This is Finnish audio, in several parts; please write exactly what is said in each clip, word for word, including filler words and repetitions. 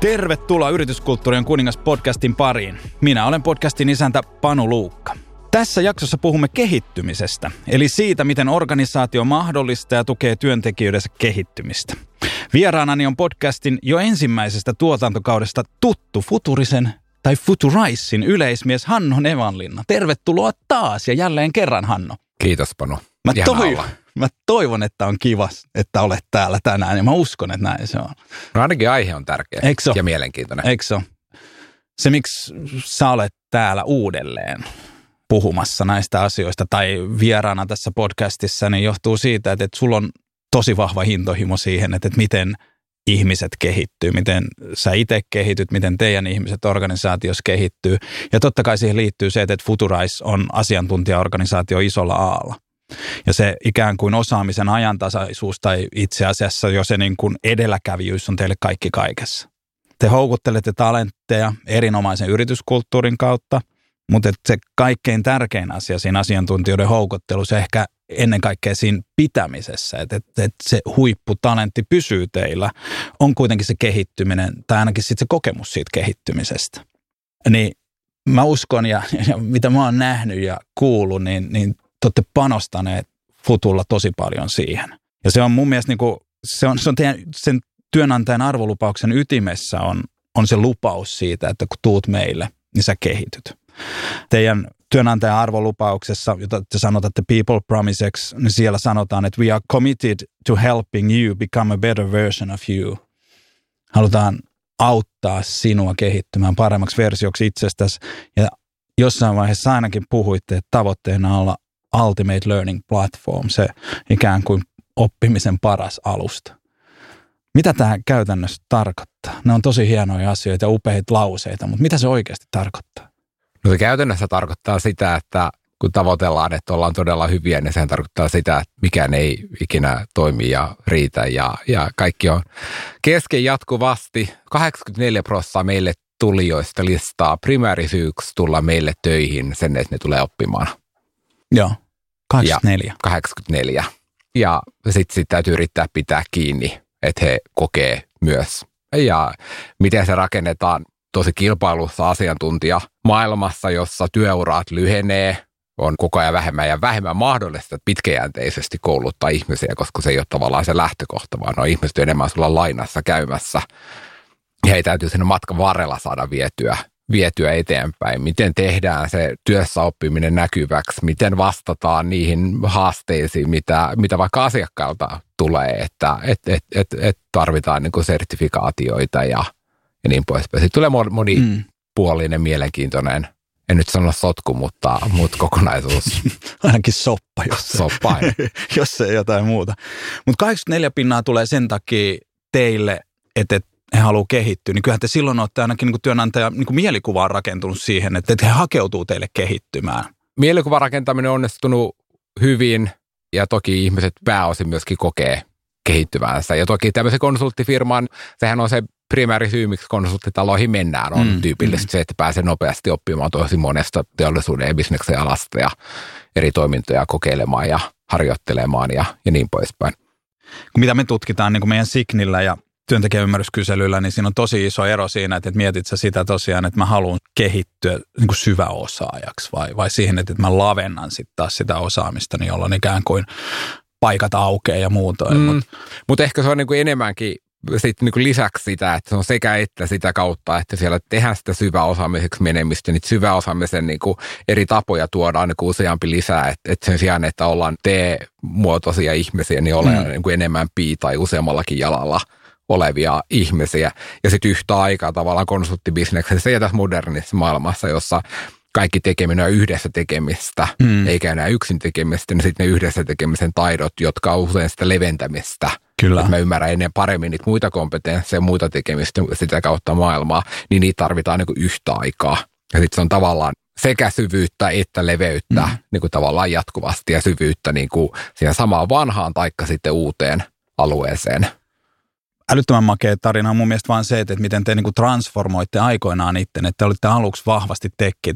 Tervetuloa Yrityskulttuurien kuningas podcastin pariin. Minä olen podcastin isäntä Panu Luukka. Tässä jaksossa puhumme kehittymisestä, eli siitä, miten organisaatio mahdollistaa ja tukee työntekijöidensä kehittymistä. Vieraanani on podcastin jo ensimmäisestä tuotantokaudesta tuttu Futurisen tai Futuricein yleismies Hanno Nevanlinna. Tervetuloa taas ja jälleen kerran, Hanno. Kiitos, Panu. Mä, toivon, mä toivon, että on kiva, että olet täällä tänään ja mä uskon, että näin se on. No ainakin aihe on tärkeä ja mielenkiintoinen. Eikö se ole? Se, miksi sä olet täällä uudelleen puhumassa näistä asioista tai vieraana tässä podcastissa, niin johtuu siitä, että, että sulla on tosi vahva hintohimo siihen, että, että miten ihmiset kehittyy, miten sä itse kehityt, miten teidän ihmiset organisaatiossa kehittyy. Ja totta kai siihen liittyy se, että Futurice on asiantuntijaorganisaatio isolla aalla. Ja se ikään kuin osaamisen ajantasaisuus tai itse asiassa jo se niin kuin edelläkävijyys on teille kaikki kaikessa. Te houkuttelette talentteja erinomaisen yrityskulttuurin kautta, mutta se kaikkein tärkein asia siinä asiantuntijoiden houkuttelussa ehkä ennen kaikkea siinä pitämisessä, että, että, että se huipputalentti pysyy teillä, on kuitenkin se kehittyminen tai ainakin sitten se kokemus siitä kehittymisestä. Niin mä uskon ja, ja mitä mä oon nähnyt ja kuullut, niin, niin te olette panostaneet Futulla tosi paljon siihen. Ja se on mun mielestä niin kuin, se on, se on teidän, sen työnantajan arvolupauksen ytimessä on, on se lupaus siitä, että kun tuut meille, niin sä kehityt. Teidän työnantajan arvolupauksessa, jota te sanotatte people promiseksi, niin siellä sanotaan, että we are committed to helping you become a better version of you. Halutaan auttaa sinua kehittymään paremmaksi versioksi itsestäsi. Ja jossain vaiheessa ainakin puhuitte, että tavoitteena on olla ultimate learning platform, se ikään kuin oppimisen paras alusta. Mitä tämä käytännössä tarkoittaa? Ne on tosi hienoja asioita ja upeita lauseita, mutta mitä se oikeasti tarkoittaa? No se käytännössä tarkoittaa sitä, että kun tavoitellaan, että ollaan todella hyviä, niin sehän tarkoittaa sitä, että mikään ei ikinä toimi ja riitä ja, ja kaikki on kesken jatkuvasti. kahdeksankymmentäneljä prosenttia meille tulijoista listaa primäärisyyksi tulla meille töihin sen, että ne tulee oppimaan. Joo, kahdeksankymmentäneljä. Ja kahdeksankymmentäneljä. Ja sitten sit täytyy yrittää pitää kiinni, että he kokee myös. Ja miten se rakennetaan tosi kilpailussa asiantuntija maailmassa, jossa työurat lyhenee, on koko ajan vähemmän ja vähemmän mahdollista pitkäjänteisesti kouluttaa ihmisiä, koska se ei ole tavallaan se lähtökohta, vaan on ihmiset enemmän sulla lainassa käymässä. Ja ei täytyy sinne matkan varrella saada vietyä, vietyä eteenpäin. Miten tehdään se työssäoppiminen näkyväksi, miten vastataan niihin haasteisiin, mitä, mitä vaikka asiakkaalta tulee, että et, et, et, et tarvitaan niin kuin sertifikaatioita ja Ja niin poispäin. Sitten tulee monipuolinen, mm. mielenkiintoinen, en nyt sano sotku, mutta, mutta kokonaisuus. Ainakin soppa, jos, soppa jos ei jotain muuta. Mutta kahdeksankymmentäneljä pinnaa tulee sen takia teille, että he haluaa kehittyä. Niin kyllähän te silloin olette ainakin niin kuin työnantaja niin kuin mielikuva on rakentunut siihen, että he hakeutuu teille kehittymään. Mielikuvan rakentaminen on onnistunut hyvin ja toki ihmiset pääosin myöskin kokee kehittyvänsä. Ja toki tämmöisen konsulttifirman, sehän on se primääri syy, miksi konsulttitaloihin mennään, on mm, tyypillisesti mm. se, että pääsee nopeasti oppimaan tosi monesta teollisuuden ja bisneksen alasta ja eri toimintoja kokeilemaan ja harjoittelemaan ja, ja niin poispäin. Mitä me tutkitaan niin kuin meidän Signillä ja työntekijäymmärryskyselyllä, niin siinä on tosi iso ero siinä, että mietit sä sitä tosiaan, että mä haluan kehittyä niin kuin syväosaajaksi vai, vai siihen, että mä lavennan sitten taas sitä osaamista, niin jolloin ikään kuin paikat aukeaa ja muuta. Mm. Mutta Mut ehkä se on niin kuin enemmänkin sitten niin kuin lisäksi sitä, että se on sekä että sitä kautta, että siellä tehdään sitä syväosaamiseksi menemistä, niin syväosaamisen niin kuin eri tapoja tuodaan niin kuin useampi lisää, että, että sen sijaan, että ollaan T-muotoisia ihmisiä, niin ollaan mm. niin kuin enemmän pi- tai useammallakin jalalla olevia ihmisiä. Ja sitten yhtä aikaa tavallaan konsulttibisneksessä ja tässä modernissa maailmassa, jossa kaikki tekeminen on yhdessä tekemistä, mm. eikä enää yksin tekemistä, niin sitten ne yhdessä tekemisen taidot, jotka on usein sitä leventämistä. Kyllä. Että mä ymmärrän ennen paremmin niitä muita kompetensseja, muita tekemistä sitä kautta maailmaa, niin niitä tarvitaan niin kuin yhtä aikaa. Ja sitten se on tavallaan sekä syvyyttä että leveyttä mm. niin kuin tavallaan jatkuvasti ja syvyyttä niin kuin siihen samaan vanhaan taikka sitten uuteen alueeseen. Älyttömän makea tarina on mun mielestä vaan se, että miten te niin kuin transformoitte aikoinaan itten, että te olitte aluksi vahvasti tekkitalo.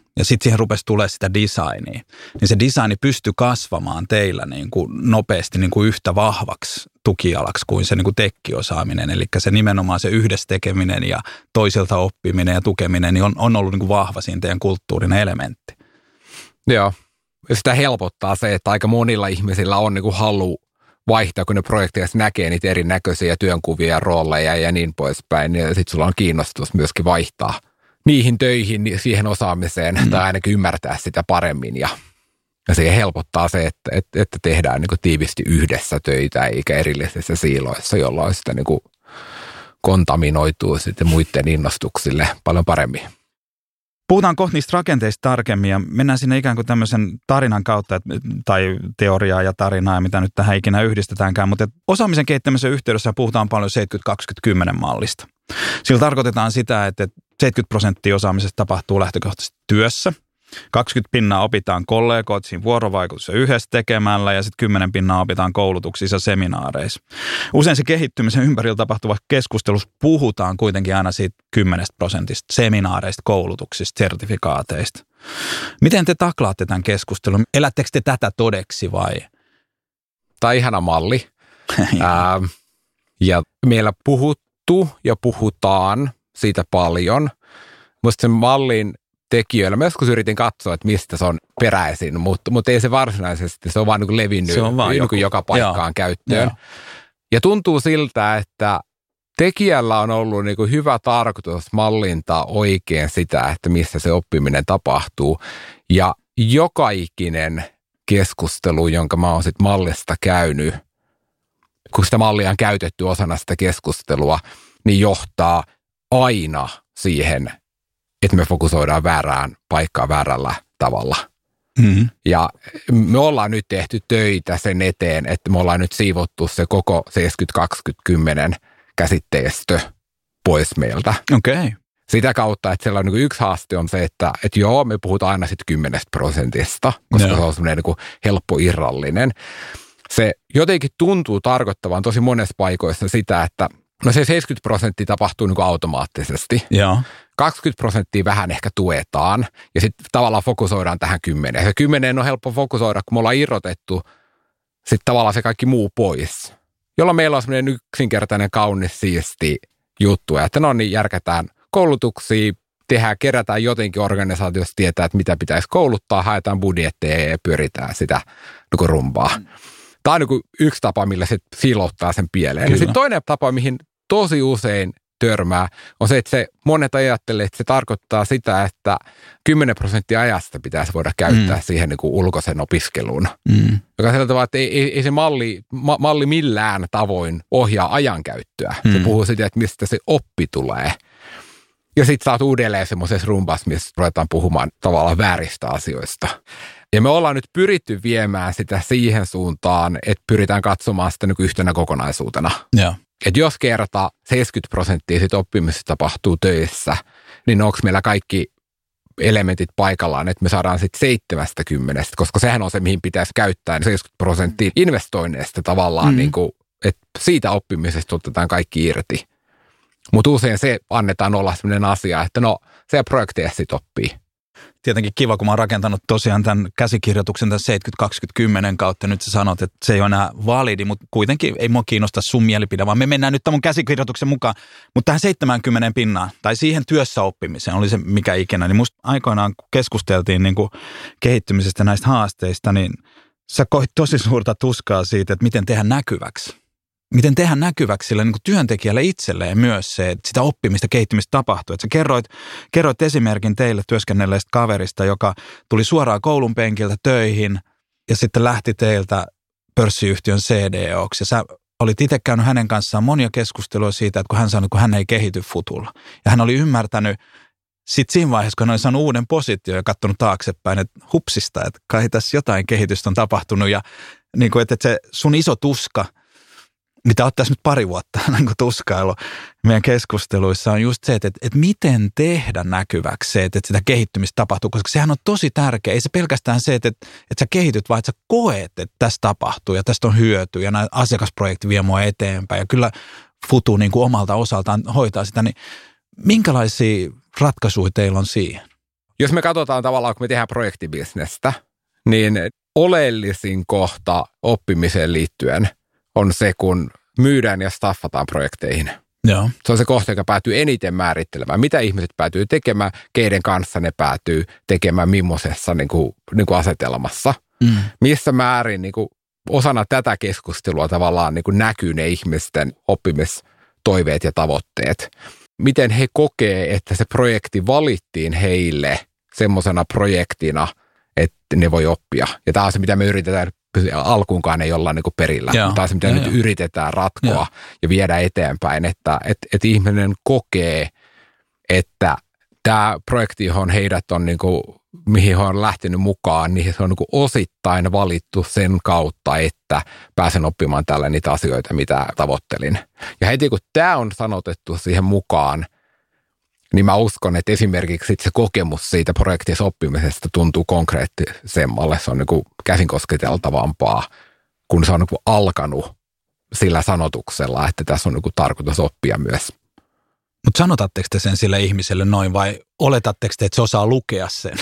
ja sitten siihen rupesi tulemaan sitä designia, niin se designi pystyi kasvamaan teillä niin kuin nopeasti niin kuin yhtä vahvaksi tukialaksi kuin se niin kuin tekkiosaaminen. Eli se nimenomaan se yhdessä tekeminen ja toisilta oppiminen ja tukeminen niin on, on ollut niin kuin vahva siinä teidän kulttuurin elementti. Joo, sitä helpottaa se, että aika monilla ihmisillä on niin kuin halu vaihtaa, kun ne projekteissa näkee niitä erinäköisiä työnkuvia ja rooleja ja niin poispäin. Ja sitten sulla on kiinnostus myöskin vaihtaa niihin töihin, siihen osaamiseen mm. tai ainakin ymmärtää sitä paremmin. Ja, ja se helpottaa se, että, että, että tehdään niin kuin tiivisti yhdessä töitä eikä erillisissä siiloissa, jolloin sitä niin kuin kontaminoituu sitten muiden innostuksille paljon paremmin. Puhutaan kohta niistä rakenteista tarkemmin ja mennään sinne ikään kuin tämmöisen tarinan kautta, tai teoriaa ja tarinaa, mitä nyt tähän ikinä yhdistetäänkään, mutta osaamisen kehittämisen yhteydessä puhutaan paljon seitsemänkymmentä kaksikymmentä kymmenen mallista. Sillä tarkoitetaan sitä, että seitsemänkymmentä prosenttia osaamisesta tapahtuu lähtökohtaisesti työssä, kaksikymmentä pinnaa opitaan kollegoita siinä vuorovaikutuksessa yhdessä tekemällä ja sitten kymmenen pinnaa opitaan koulutuksissa ja seminaareissa. Usein se kehittymisen ympärillä tapahtuva keskustelussa puhutaan kuitenkin aina siitä kymmenestä prosentista seminaareista, koulutuksista, sertifikaateista. Miten te taklaatte tämän keskustelun? Elättekö te tätä todeksi vai? Tämä on ihana malli. Ää, ja meillä puhuttu ja puhutaan siitä paljon. Minusta sen mallin tekijöillä. Mä joskus yritin katsoa, että mistä se on peräisin, mutta, mutta ei se varsinaisesti, se on vaan niin kuin levinnyt se on vaan joku, joka paikkaan joo, käyttöön. Joo. Ja tuntuu siltä, että tekijällä on ollut niin kuin hyvä tarkoitus mallintaa oikein sitä, että missä se oppiminen tapahtuu. Ja joka ikinen keskustelu, jonka mä oon sit mallista käynyt, kun sitä mallia on käytetty osana sitä keskustelua, niin johtaa aina siihen, että me fokusoidaan väärään paikkaan väärällä tavalla. Mm-hmm. Ja me ollaan nyt tehty töitä sen eteen, että me ollaan nyt siivottu se koko seitsemänkymmentä kaksikymmentä kymmenen käsitteistö pois meiltä. Okei. Okay. Sitä kautta, että sellainen niin yksi haaste on se, että, että joo, me puhutaan aina sitten kymmenestä prosentista, koska no. se on semmoinen niin helppo irrallinen. Se jotenkin tuntuu tarkoittavan tosi monessa paikoissa sitä, että no se seitsemänkymmentä prosenttia tapahtuu niin kuin automaattisesti. Joo. kaksikymmentä prosenttia vähän ehkä tuetaan ja sitten tavallaan fokusoidaan tähän kymmeneen. Se kymmeneen on helppo fokusoida, kun me ollaan irrotettu sitten tavallaan se kaikki muu pois. Jolloin meillä on semmoinen yksinkertainen, kaunis, siisti juttu. Että no niin, järkätään koulutuksia, tehdään, kerätään jotenkin organisaatiossa, tietää, että mitä pitäisi kouluttaa, haetaan budjetteja ja pyöritään sitä niin rumbaa. Tämä on niin yksi tapa, millä se silottaa sen pieleen. Ja sitten toinen tapa, mihin tosi usein törmää, on se, että se monet ajattelee, että se tarkoittaa sitä, että kymmenen prosenttia ajasta pitäisi voida käyttää mm. siihen niin kuin ulkoisen opiskeluun. Mm. Joka sillä tavalla, että ei, ei, ei se malli, ma, malli millään tavoin ohjaa ajankäyttöä. Mm. Se puhuu siitä, että mistä se oppi tulee. Ja sitten sä oot uudelleen semmoisessa rumpassa, missä ruvetaan puhumaan tavallaan vääristä asioista. Ja me ollaan nyt pyritty viemään sitä siihen suuntaan, että pyritään katsomaan sitä niin yhtenä kokonaisuutena. Yeah. Että jos kerta seitsemänkymmentä prosenttia siitä oppimisesta tapahtuu töissä, niin onko meillä kaikki elementit paikallaan, että me saadaan sitten seitsemänkymmentä, koska sehän on se, mihin pitäisi käyttää seitsemänkymmentä prosenttia investoinneista tavallaan, mm. niin kuin, että siitä oppimisesta otetaan kaikki irti. Mutta usein se annetaan olla sellainen asia, että no se projekteja sitten oppii. Tietenkin kiva, kun mä oon rakentanut tosiaan tämän käsikirjoituksen tämän seitsemänkymmentä kaksikymmentä kymmenen kautta. Nyt sä sanot, että se ei ole enää validi, mutta kuitenkin ei mua kiinnosta sun mielipide, vaan me mennään nyt tämän mun käsikirjoituksen mukaan. Mutta tähän seitsemäänkymmeneen pinnaan, tai siihen työssä oppimiseen, oli se mikä ikinä. Niin musta aikoinaan, kun keskusteltiin niin kuin kehittymisestä näistä haasteista, niin sä koit tosi suurta tuskaa siitä, että miten tehdä näkyväksi. Miten tehdä näkyväksi sille niin kuin työntekijälle itselleen myös se, että sitä oppimista, kehittymistä tapahtuu. Että sä kerroit, kerroit esimerkin teille työskennelleestä kaverista, joka tuli suoraan koulun penkiltä töihin ja sitten lähti teiltä pörssiyhtiön C D O:ksi. Ja sä olit itse käynyt hänen kanssaan monia keskustelua siitä, että kun hän sanoi, kun hän ei kehity futulla. Ja hän oli ymmärtänyt sitten siinä vaiheessa, kun hän oli saanut uuden position ja katsonut taaksepäin, että hupsista, että kai tässä jotain kehitystä on tapahtunut. Ja niin kuin, että se sun iso tuska, mitä ottaisi nyt pari vuotta niin kuin tuskailu meidän keskusteluissa, on just se, että, että miten tehdä näkyväksi se, että, että sitä kehittymistä tapahtuu, koska sehän on tosi tärkeä. Ei se pelkästään se, että, että, että sä kehityt, vaan että sä koet, että tässä tapahtuu ja tästä on hyötyä ja nämä asiakasprojekti vie mua eteenpäin. Ja kyllä Futu niin kuin omalta osaltaan hoitaa sitä, niin minkälaisia ratkaisuja teillä on siihen? Jos me katsotaan tavallaan, kun me tehdään projektibisnestä, niin oleellisin kohta oppimiseen liittyen on se, kun myydään ja staffataan projekteihin. Joo. Se on se kohta, joka päätyy eniten määrittelemään, mitä ihmiset päätyy tekemään, keiden kanssa ne päätyy tekemään millaisessa niin kuin, niin kuin asetelmassa. Mm. Missä määrin niin kuin, osana tätä keskustelua tavallaan niin kuin näkyy ne ihmisten oppimistoiveet ja tavoitteet. Miten he kokee, että se projekti valittiin heille semmoisena projektina, että ne voi oppia. Ja tämä on se, mitä me yritetään, alkuunkaan ei olla niin kuin perillä. Joo. Tämä on se, mitä ja nyt jo. yritetään ratkoa ja, ja viedä eteenpäin, että et, et ihminen kokee, että tämä projekti, johon heidät on, niin kuin, mihin he on lähtenyt mukaan, niin se on niin kuin osittain valittu sen kautta, että pääsen oppimaan tällä niitä asioita, mitä tavoittelin. Ja heti kun tämä on sanotettu siihen mukaan, niin mä uskon, että esimerkiksi se kokemus siitä projektissa oppimisesta tuntuu konkreettisemmalle. Se on niin kuin käsin kosketeltavampaa, kun se on niin kuin alkanut sillä sanotuksella, että tässä on niin kuin tarkoitus oppia myös. Mutta sanotatteko te sen sille ihmiselle noin vai oletatteko te, että se osaa lukea sen?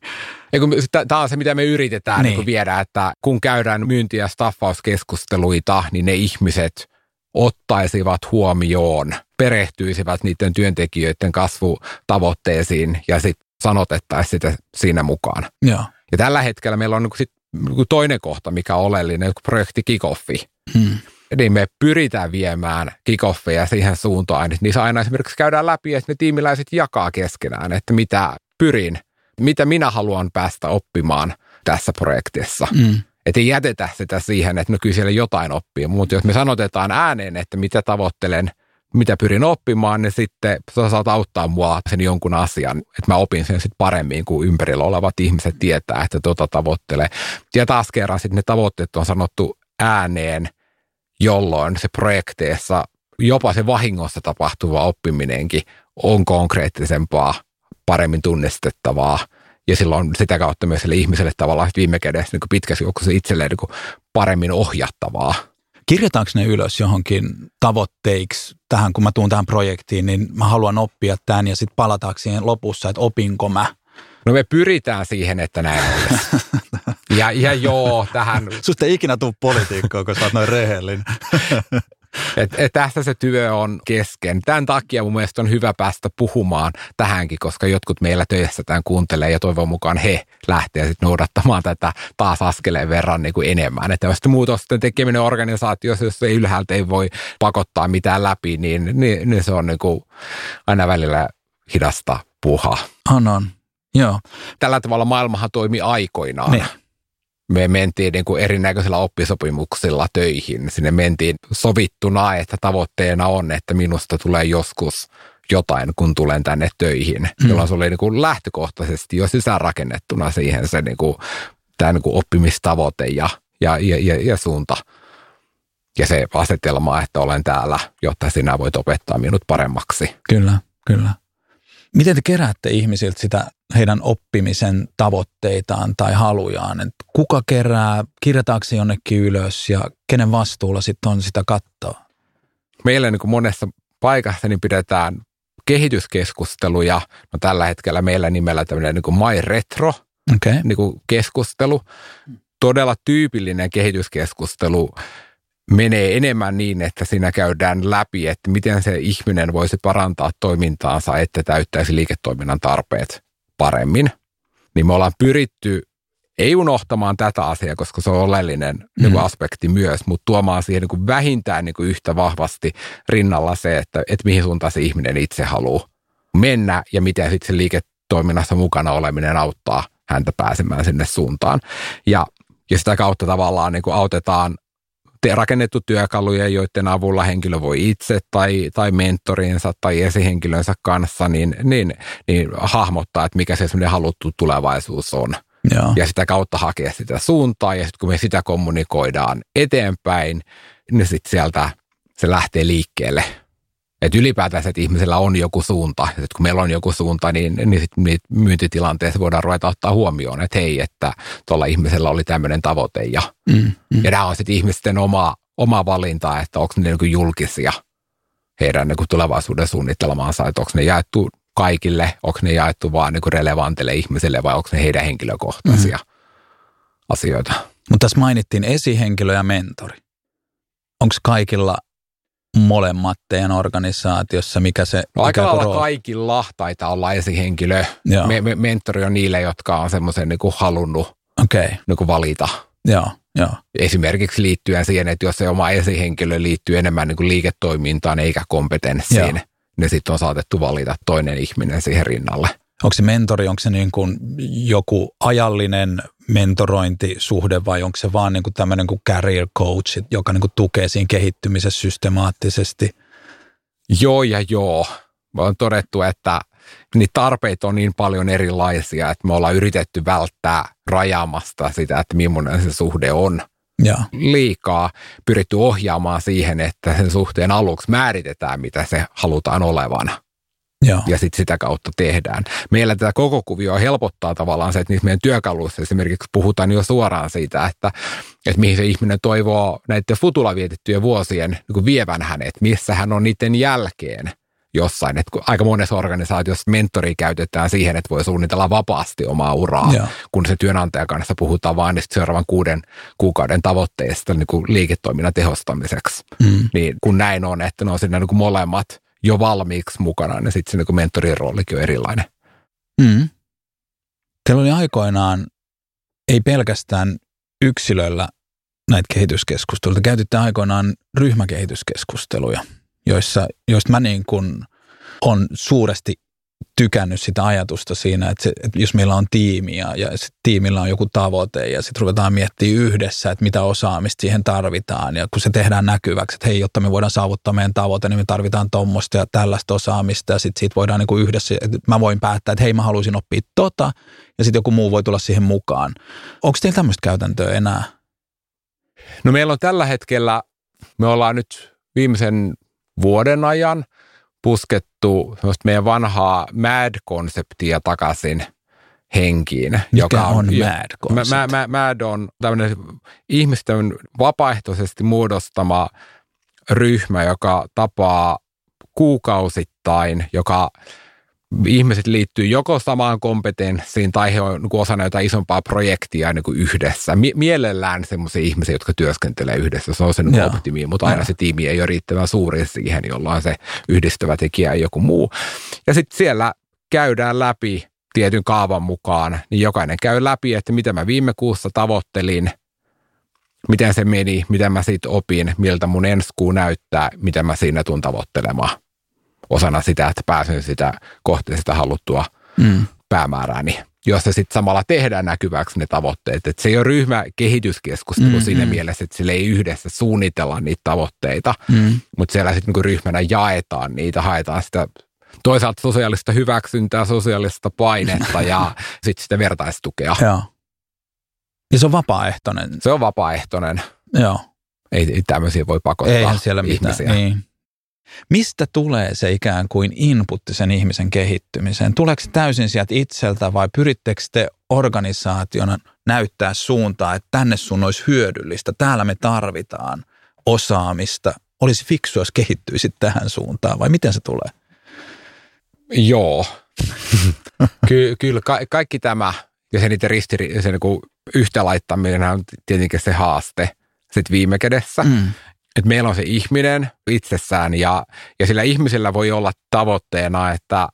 Tämä on se, mitä me yritetään niin. Niin viedä, että kun käydään myynti- ja staffauskeskusteluita, niin ne ihmiset ottaisivat huomioon, perehtyisivät niiden työntekijöiden kasvutavoitteisiin ja sitten sanotettaisiin sitä siinä mukaan. Joo. Ja tällä hetkellä meillä on niin sit toinen kohta, mikä on oleellinen, projekti Kick-Offi. Hmm. Niin me pyritään viemään kick-offeja siihen suuntaan, että niissä aina esimerkiksi käydään läpi, että ne tiimiläiset jakaa keskenään, että mitä pyrin, mitä minä haluan päästä oppimaan tässä projektissa. Hmm. Että ei jätetä sitä siihen, että no kyllä siellä jotain oppii, mutta jos me sanotetaan ääneen, että mitä tavoittelen, mitä pyrin oppimaan, niin sitten sä saat auttaa mua sen jonkun asian, että mä opin sen sitten paremmin, kun ympärillä olevat ihmiset tietää, että tota tavoittelee. Ja taas kerran sitten ne tavoitteet on sanottu ääneen, jolloin se projekteissa jopa se vahingossa tapahtuva oppiminenkin on konkreettisempaa, paremmin tunnistettavaa. Ja silloin sitä kautta myös sille ihmiselle tavallaan viime kädessä niin pitkässä juoksussa itselleen niin paremmin ohjattavaa. Kirjataanko ne ylös johonkin tavoitteiksi tähän, kun mä tuun tähän projektiin, niin mä haluan oppia tämän ja sitten palataanko siihen lopussa, että opinko mä? No me pyritään siihen, että näin olisi. Ja, ja joo, tähän... Susta ei ikinä tule politiikkaa, kun sä oot noin rehellinen. Et, et tästä se työ on kesken. Tämän takia mun mielestä on hyvä päästä puhumaan tähänkin, koska jotkut meillä töissä tämän kuuntelee ja toivon mukaan he lähtee sitten noudattamaan tätä taas askeleen verran niin kuin enemmän. Että jos muutosten tekeminen organisaatiossa, jos ei ylhäältä ei voi pakottaa mitään läpi, niin, niin, niin se on niin kuin aina välillä hidasta puhaa. On, on. Joo. Tällä tavalla maailmahan toimi aikoinaan. Ne. Me mentiin niin kuin erinäköisillä oppisopimuksilla töihin. Sinne mentiin sovittuna, että tavoitteena on, että minusta tulee joskus jotain, kun tulen tänne töihin. Mm. Jolloin se oli niin kuin lähtökohtaisesti jo sisäänrakennettuna siihen se niin kuin, tämä niin kuin oppimistavoite ja, ja, ja, ja suunta. Ja se asetelma, että olen täällä, jotta sinä voit opettaa minut paremmaksi. Kyllä, kyllä. Miten te keräätte ihmisiltä sitä heidän oppimisen tavoitteitaan tai halujaan? Et kuka kerää, kirjataanko se jonnekin ylös ja kenen vastuulla sitten on sitä katsoa? Meillä niin kuin monessa paikassa niin pidetään kehityskeskusteluja. No, tällä hetkellä meillä nimellä tämmöinen niin kuin My Retro okay. niin kuin keskustelu. Todella tyypillinen kehityskeskustelu menee enemmän niin, että siinä käydään läpi, että miten se ihminen voisi parantaa toimintaansa, että täyttäisi liiketoiminnan tarpeet paremmin. Niin me ollaan pyritty, ei unohtamaan tätä asiaa, koska se on oleellinen mm. niin kuin aspekti myös, mutta tuomaan siihen niin kuin vähintään niin kuin yhtä vahvasti rinnalla se, että, että mihin suuntaan se ihminen itse haluaa mennä ja miten sitten se liiketoiminnassa mukana oleminen auttaa häntä pääsemään sinne suuntaan. Ja, ja sitä kautta tavallaan niin kuin autetaan rakennettu työkaluja, joiden avulla henkilö voi itse tai, tai mentorinsa tai esihenkilönsä kanssa niin, niin, niin hahmottaa, että mikä se semmoinen haluttu tulevaisuus on. Joo. Ja sitä kautta hakea sitä suuntaa ja sitten kun me sitä kommunikoidaan eteenpäin, niin sitten sieltä se lähtee liikkeelle. Että ylipäätään, että ihmisellä on joku suunta ja sitten kun meillä on joku suunta, niin, niin sitten myyntitilanteessa voidaan ruveta ottaa huomioon, että hei, että tuolla ihmisellä oli tämmöinen tavoite ja, mm, mm. ja nämä on sitten ihmisten oma, oma valinta, että onko ne niin kuin julkisia heidän niin kuin tulevaisuuden suunnitelmaansa, että onko ne jaettu kaikille, onko ne jaettu vaan niin kuin relevantille ihmisille vai onko ne heidän henkilökohtaisia mm. asioita. Mutta tässä mainittiin esihenkilö ja mentori. Onko kaikilla molemmat teidän organisaatiossa, mikä se... No aika lailla kaikilla taitaa olla esihenkilö. Me, me, mentori on niille, jotka on semmoisen niin kuin halunnut okay. niin kuin valita. Joo, joo. Esimerkiksi liittyen siihen, että jos se oma esihenkilö liittyy enemmän niin kuin liiketoimintaan eikä kompetenssiin, joo. niin sitten on saatettu valita toinen ihminen siihen rinnalle. Onko se mentori, onko se niin kuin joku ajallinen mentorointisuhde vai onko se vaan niin kuin tämmöinen kuin career coach, joka niin kuin tukee siinä kehittymisessä systemaattisesti? Joo ja joo. Me on todettu, että niitä tarpeita on niin paljon erilaisia, että me ollaan yritetty välttää rajaamasta sitä, että millainen se suhde on. Ja. Liikaa pyritty ohjaamaan siihen, että sen suhteen aluksi määritetään, mitä se halutaan olevana. Ja, ja sitten sitä kautta tehdään. Meillä tätä koko kuvioa helpottaa tavallaan se, että niissä meidän työkaluissa esimerkiksi puhutaan jo suoraan siitä, että, että mihin se ihminen toivoo näiden futulla vietettyjen vuosien niin kuin vievän hänet, missä hän on niiden jälkeen jossain. Että aika monessa organisaatiossa mentoria käytetään siihen, että voi suunnitella vapaasti omaa uraa, ja. kun se työnantajan kanssa puhutaan vaan niistä seuraavan kuuden kuukauden tavoitteista niin kuin liiketoiminnan tehostamiseksi. Mm. Niin kun näin on, että ne on siinä niin kuin molemmat jo valmiiksi mukana, niin sitten se niin kuin mentorin roolikin on erilainen. Mm. Teillä oli aikoinaan, ei pelkästään yksilöllä näitä kehityskeskusteluita, käytitte aikoinaan ryhmäkehityskeskusteluja, joissa, joista mä niin kuin on suuresti tykännyt sitä ajatusta siinä, että, se, että jos meillä on tiimi ja, ja tiimillä on joku tavoite ja sitten ruvetaan miettimään yhdessä, että mitä osaamista siihen tarvitaan ja kun se tehdään näkyväksi, että hei, jotta me voidaan saavuttaa meidän tavoite, niin me tarvitaan tuommoista ja tällaista osaamista ja sitten siitä voidaan niin kuin yhdessä, että mä voin päättää, että hei, mä haluaisin oppia tota ja sitten joku muu voi tulla siihen mukaan. Onko teillä tämmöistä käytäntöä enää? No meillä on tällä hetkellä, me ollaan nyt viimeisen vuoden ajan puskettu meidän vanhaa MAD-konseptia takaisin henkiin. Mikä joka on, on MAD-konsepti? Mä, mä, MAD on tämmöinen ihmisten vapaaehtoisesti muodostama ryhmä, joka tapaa kuukausittain, joka ihmiset liittyy joko samaan kompetenssiin tai he on osana jotain isompaa projektia niin kuin yhdessä. Mielellään semmoisia ihmisiä, jotka työskentelee yhdessä. Se on sen optimi, mutta aina se tiimi ei ole riittävän suuri siihen, jolloin se yhdistävä tekijä ei joku muu. Ja sitten siellä käydään läpi tietyn kaavan mukaan, niin jokainen käy läpi, että mitä mä viime kuussa tavoittelin, miten se meni, mitä mä siitä opin, miltä mun ensi kuu näyttää, mitä mä siinä tuun tavoittelemaan. Osana sitä, että pääsen sitä kohti sitä haluttua mm. päämäärääni, jossa sitten samalla tehdään näkyväksi ne tavoitteet. Että se ei ole ryhmäkehityskeskustelu mm, siinä mm. mielessä, että sillä ei yhdessä suunnitella niitä tavoitteita, mm. mutta siellä sitten niinku ryhmänä jaetaan niitä, haetaan sitä toisaalta sosiaalista hyväksyntää, sosiaalista painetta ja sitten sitä vertaistukea. Joo. Ja se on vapaaehtoinen. Se on vapaaehtoinen. Joo. Ei, ei tämmöisiä voi pakottaa Eihän siellä ihmisiä. Mitään, niin. Mistä tulee se ikään kuin inputti sen ihmisen kehittymiseen? Tuleeko se täysin sieltä itseltä vai pyrittekö te organisaationa näyttää suuntaa, että tänne sun olisi hyödyllistä, täällä me tarvitaan osaamista, olisi fiksua, jos kehittyisit tähän suuntaan vai miten se tulee? Joo, Ky- kyllä ka- kaikki tämä ja se niiden ristiri- se niinku yhteenlaittaminen on tietenkin se haaste sitten viime kädessä. Mm. Että meillä on se ihminen itsessään ja, ja sillä ihmisellä voi olla tavoitteena, että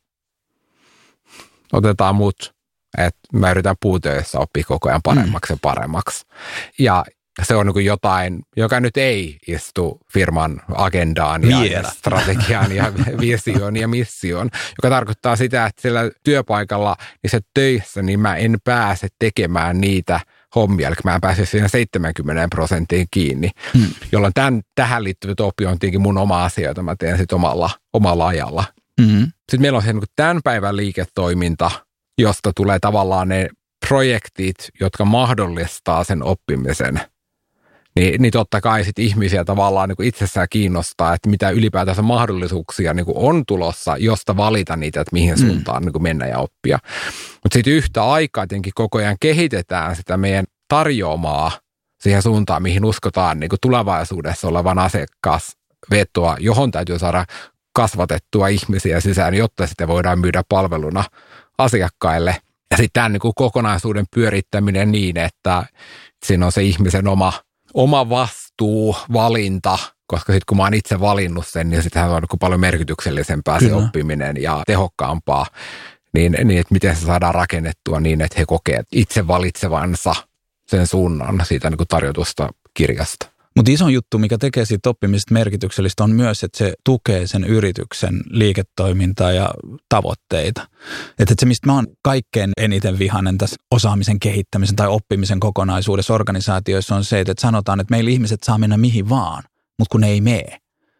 otetaan mut, että mä yritän puutöissä oppia koko ajan paremmaksi mm. ja paremmaksi. Ja se on niin jotain, joka nyt ei istu firman agendaan ja, ja strategiaan ja visioon ja missioon, joka tarkoittaa sitä, että sillä työpaikalla, niin se töissä, niin mä en pääse tekemään niitä hommia, eli mä en pääse siinä seitsemänkymmentä prosenttiin kiinni, hmm. jolloin tämän, tähän liittyvät oppi on tietenkin mun oma asia, jota mä teen sitten omalla, omalla ajalla. Hmm. Sitten meillä on se niin kuin tämän päivän liiketoiminta, josta tulee tavallaan ne projektit, jotka mahdollistaa sen oppimisen. Niin, niin totta kai sitten ihmisiä tavallaan niin kuin itsessään kiinnostaa, että mitä ylipäätänsä mahdollisuuksia niin kuin on tulossa, josta valita niitä, että mihin suuntaan mm. niin kuin mennä ja oppia. Mutta sitten yhtä aikaa tietenkin koko ajan kehitetään sitä meidän tarjoamaa siihen suuntaan, mihin uskotaan niin kuin tulevaisuudessa olevan asiakasvetoa, johon täytyy saada kasvatettua ihmisiä sisään, jotta sitä voidaan myydä palveluna asiakkaille. Ja sitten tämän niin kuin kokonaisuuden pyörittäminen niin, että siinä on se ihmisen oma, oma vastuu, valinta, koska sitten kun mä oon itse valinnut sen, niin sittenhän on niin paljon merkityksellisempää Kyllä. se oppiminen ja tehokkaampaa. Niin, niin, että miten se saadaan rakennettua niin, että he kokee itse valitsevansa sen suunnan siitä niin kuin tarjotusta kirjasta. Mutta iso juttu, mikä tekee siitä oppimisesta merkityksellistä, on myös, että se tukee sen yrityksen liiketoimintaa ja tavoitteita. Että se, mistä mä oon kaikkein eniten vihainen tässä osaamisen kehittämisen tai oppimisen kokonaisuudessa organisaatioissa on se, että sanotaan, että meillä ihmiset saa mennä mihin vaan, mutta kun ne ei mene.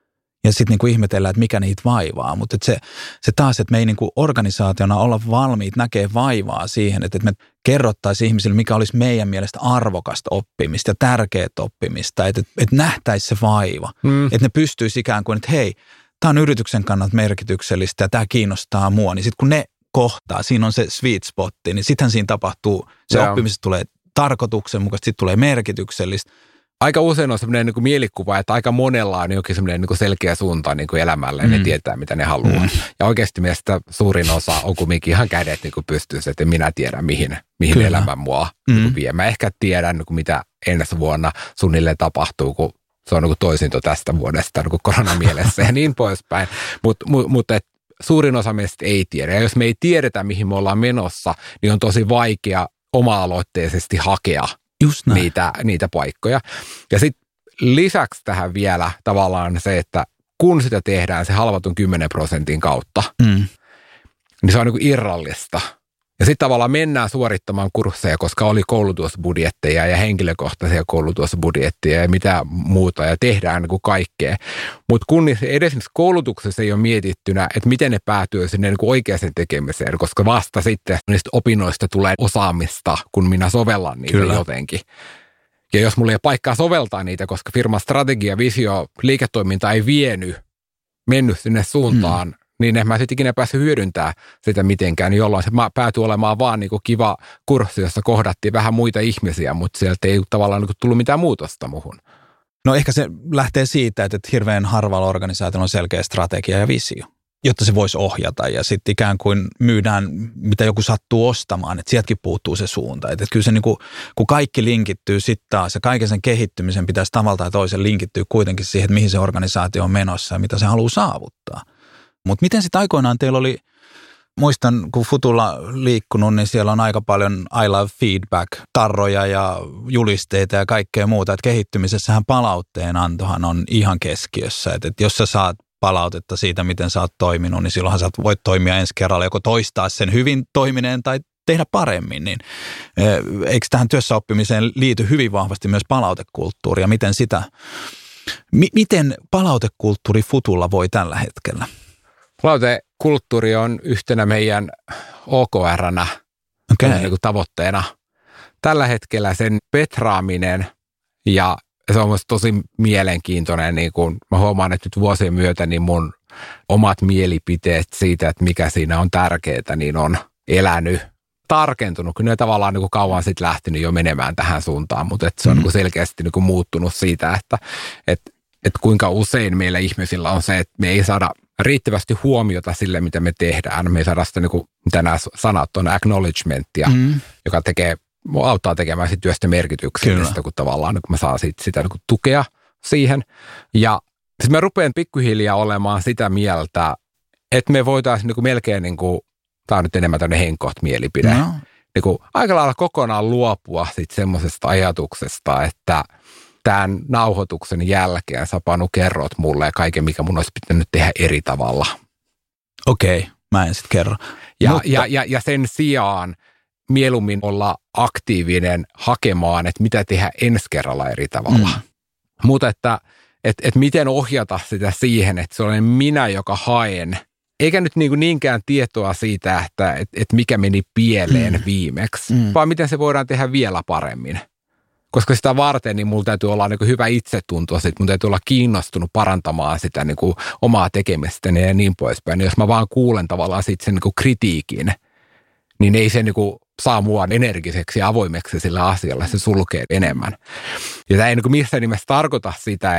Ja sitten niinku ihmetellään, että mikä niitä vaivaa. Mutta se, se taas, että me ei niinku organisaationa olla valmiit näkee vaivaa siihen, että, että me kerrottaisiin ihmisille, mikä olisi meidän mielestä arvokasta oppimista ja tärkeää oppimista. Että, että, että nähtäisi se vaiva. Mm. Että ne pystyisi ikään kuin, että hei, tämä on yrityksen kannalta merkityksellistä ja tämä kiinnostaa mua. Niin sitten kun ne kohtaa, siinä on se sweet spotti, niin sittenhän siinä tapahtuu, se yeah. oppimisesta tulee tarkoituksenmukaisesti, sitten tulee merkityksellistä. Aika usein on semmoinen niin kuin mielikuva, että aika monella on jokin semmoinen niin kuin selkeä suunta niin kuin elämälle ja mm. ne tietää, mitä ne haluaa. Mm. Ja oikeasti mielestäni suurin osa on kumminkin ihan kädet niin kuin pystyssä, että minä tiedän, mihin, mihin elämä mua mm. niin kuin vie. Mä ehkä tiedän, niin kuin mitä ensi vuonna suunnilleen tapahtuu, kun se on niin kuin toisinto tästä vuodesta niin kuin koronamielessä ja niin poispäin. Mutta mut, mut, suurin osa meistä ei tiedä. Ja jos me ei tiedetä, mihin me ollaan menossa, niin on tosi vaikea oma-aloitteisesti hakea Niitä, niitä paikkoja. Ja sitten lisäksi tähän vielä tavallaan se, että kun sitä tehdään se halvatun kymmenen prosentin kautta, mm. niin se on niin kuin irrallista. Ja sitten tavallaan mennään suorittamaan kursseja, koska oli koulutusbudjetteja ja henkilökohtaisia koulutusbudjetteja ja mitä muuta ja tehdään niin kuin kaikkea. Mutta kun edes koulutuksessa ei ole mietittynä, että miten ne päätyy sinne niin kuin oikeaan tekemiseen, koska vasta sitten niistä opinnoista tulee osaamista, kun minä sovellan niitä Kyllä. jotenkin. Ja jos mulla ei ole paikkaa soveltaa niitä, koska firman strategia, visio, liiketoiminta ei vienyt, mennyt sinne suuntaan, mm. niin en mä sitten ikinä päässyt hyödyntämään sitä mitenkään, jolloin se päätyi olemaan vaan niinku kiva kurssi, jossa kohdattiin vähän muita ihmisiä, mutta sieltä ei tavallaan niinku tullut mitään muutosta muhun. No ehkä se lähtee siitä, että hirveän harvalla organisaatiolla on selkeä strategia ja visio, jotta se voisi ohjata ja sitten ikään kuin myydään, mitä joku sattuu ostamaan, että sieltäkin puuttuu se suunta. Että kyllä se niinku, kun kaikki linkittyy sitten taas ja kaiken sen kehittymisen pitäisi tavalla tai toisen linkittyä kuitenkin siihen, että mihin se organisaatio on menossa ja mitä se haluaa saavuttaa. Mutta miten sitten aikoinaan teillä oli, muistan kun Futulla liikkunut, niin siellä on aika paljon I love feedback, tarroja ja julisteita ja kaikkea muuta. Että kehittymisessähän palautteen antohan on ihan keskiössä. Että et jos sä saat palautetta siitä, miten sä oot toiminut, niin silloinhan sä voit toimia ensi kerralla, joko toistaa sen hyvin toimineen tai tehdä paremmin. Niin, eikö tähän työssäoppimiseen liity hyvin vahvasti myös palautekulttuuri ja miten sitä, mi, miten palautekulttuuri Futulla voi tällä hetkellä? Palautekulttuuri on yhtenä meidän O K R:nä okay. niin kuin tavoitteena. Tällä hetkellä sen petraaminen ja se on myös tosi mielenkiintoinen. Niin kuin mä huomaan, että nyt vuosien myötä niin mun omat mielipiteet siitä, että mikä siinä on tärkeää, niin on elänyt, tarkentunut. Kyllä ne tavallaan niin kuin kauan sitten lähtenyt jo menemään tähän suuntaan, mutta että se on mm. niin kuin selkeästi niin kuin muuttunut siitä, että, että, että kuinka usein meillä ihmisillä on se, että me ei saada riittävästi huomiota sille, mitä me tehdään. Me ei saada sitä, niin kuin, mitä nämä sanat on, acknowledgementia, mm. joka tekee, auttaa tekemään sit työstä merkityksellistä, kun tavallaan kun mä saan siitä, sitä niin kuin tukea siihen. Ja sitten mä rupean pikkuhiljaa olemaan sitä mieltä, että me voitaisiin niin kuin melkein, niin kuin, tämä on nyt enemmän tämmöinen henkkoht-mielipide, no. niin kuin aika lailla kokonaan luopua sitten semmoisesta ajatuksesta, että tämän nauhoituksen jälkeen sä Panu kerrot mulle kaiken, mikä mun olisi pitänyt tehdä eri tavalla. Okei, okay, mä en sitten kerro. Ja, Mutta... ja, ja, ja sen sijaan mieluummin olla aktiivinen hakemaan, että mitä tehdä ensi kerralla eri tavalla. Mm. Mutta että et, et miten ohjata sitä siihen, että se olen minä, joka haen. Eikä nyt niinku niinkään tietoa siitä, että et, et mikä meni pieleen mm. viimeksi, mm. vaan miten se voidaan tehdä vielä paremmin. Koska sitä varten, niin mulla täytyy olla niin hyvä itsetunto, sit mun täytyy olla kiinnostunut parantamaan sitä niin kuin omaa tekemistäni ja niin poispäin. Ja jos mä vaan kuulen tavallaan sit sen niin kuin kritiikin, niin ei se niin kuin saa mua energiseksi ja avoimeksi sillä asialla, se sulkee enemmän. Ja tämä ei niin kuin missään nimessä tarkoita sitä, että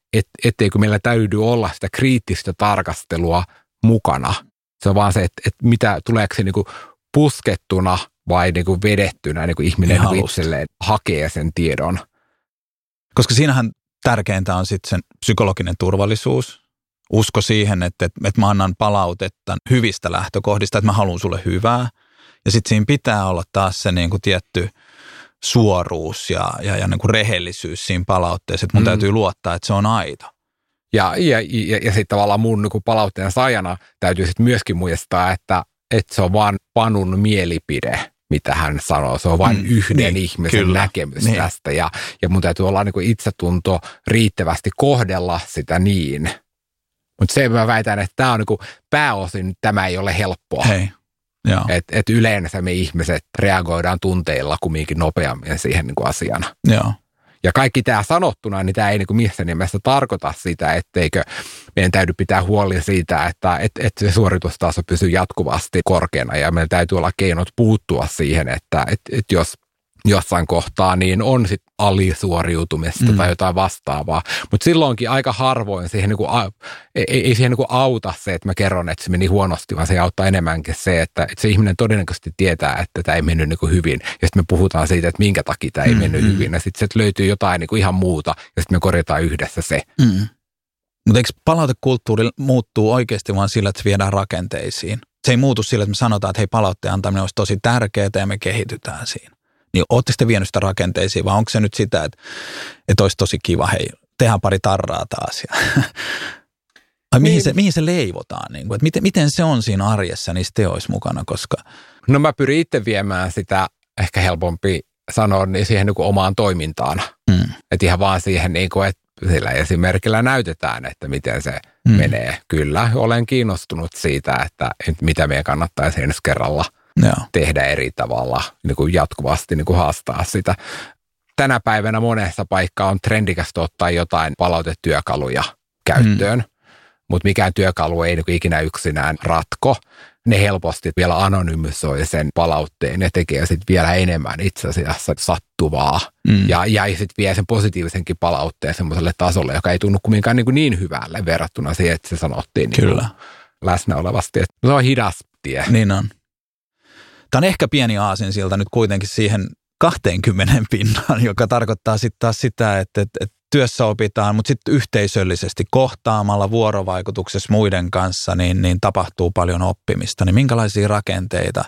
et, etteikö meillä täydy olla sitä kriittistä tarkastelua mukana. Se on vaan se, että, että mitä tuleeko se niin kuin puskettuna vai niin kuin vedettynä, niin kuin ihminen niin itselleen hakee sen tiedon. Koska siinähän tärkeintä on sitten sen psykologinen turvallisuus, usko siihen, että, että, että mä annan palautetta hyvistä lähtökohdista, että mä haluan sulle hyvää. Ja sitten siinä pitää olla taas se niin kuin tietty suoruus ja, ja, ja niin kuin rehellisyys siinä palautteessa, että mun mm. täytyy luottaa, että se on aito. Ja, ja, ja, ja sitten tavallaan mun niin kuin palautteen saajana täytyy sitten myöskin muistaa, että, että se on vaan Panun mielipide, mitä hän sanoo. Se on vain mm, yhden niin, ihmisen kyllä, näkemys niin. tästä. Ja, ja mun täytyy olla niin kuin itsetunto riittävästi kohdella sitä niin. Mutta se mä väitän, että tämä on niin kuin pääosin, tämä ei ole helppoa. Että et yleensä me ihmiset reagoidaan tunteilla kumminkin nopeammin siihen niin kuin asiaan. Joo. Ja kaikki tämä sanottuna, niin tämä ei niin kuin missään nimessä tarkoita sitä, etteikö meidän täytyy pitää huoli siitä, että et, et se suoritustaso pysyy jatkuvasti korkeana ja meillä täytyy olla keinot puuttua siihen, että et, et jos jossain kohtaa niin on sitten alisuoriutumista mm. tai jotain vastaavaa. Mutta silloinkin aika harvoin siihen niinku, ei, ei siihen niinku auta se, että mä kerron, että se meni huonosti, vaan se auttaa enemmänkin se, että, että se ihminen todennäköisesti tietää, että tämä ei mennyt niinku hyvin. Ja sitten me puhutaan siitä, että minkä takia tämä ei mm, mennyt mm. hyvin. Ja sitten löytyy jotain niinku ihan muuta ja sitten me korjataan yhdessä se. Mm. Mutta eikö palautekulttuuri muuttuu oikeasti vaan sillä, että se viedään rakenteisiin? Se ei muutu sillä, että me sanotaan, että hei, palautteen antaminen olisi tosi tärkeää ja me kehitytään siinä. Niin ootte sitten vienyt sitä rakenteisiin, vai onko se nyt sitä, että, että olisi tosi kiva, hei, tehdään pari tarraa taas. Ai, mihin, se, mihin se leivotaan? Niin kuin, että miten, miten se on siinä arjessa niissä teoissa mukana? Koska... No mä pyrin itse viemään sitä, ehkä helpompi sanoa, niin siihen niin kuin omaan toimintaan. Mm. Että ihan vaan siihen, niin kuin, että sillä esimerkillä näytetään, että miten se mm. menee. Kyllä, olen kiinnostunut siitä, että, että mitä meidän kannattaisi ensi kerralla Joo. tehdä eri tavalla, niin kuin jatkuvasti niin kuin haastaa sitä. Tänä päivänä monessa paikkaa on trendikästä ottaa jotain palautetyökaluja käyttöön, mm. mutta mikään työkalu ei niin kuin ikinä yksinään ratko. Ne helposti vielä anonymisoi sen palautteen ja tekee sitten vielä enemmän itse asiassa sattuvaa. Mm. Ja, ja sitten vie sen positiivisenkin palautteen semmoiselle tasolle, joka ei tunnu kumminkaan niin, kuin niin hyvälle verrattuna siihen, että se sanottiin niin läsnä olevasti. Että se on hidas tie. Niin on. Tämä on ehkä pieni aasinsilta nyt kuitenkin siihen kaksikymmentä pinnaan, joka tarkoittaa sitten taas sitä, että, että, että työssä opitaan, mutta sitten yhteisöllisesti kohtaamalla vuorovaikutuksessa muiden kanssa, niin, niin tapahtuu paljon oppimista. Niin minkälaisia rakenteita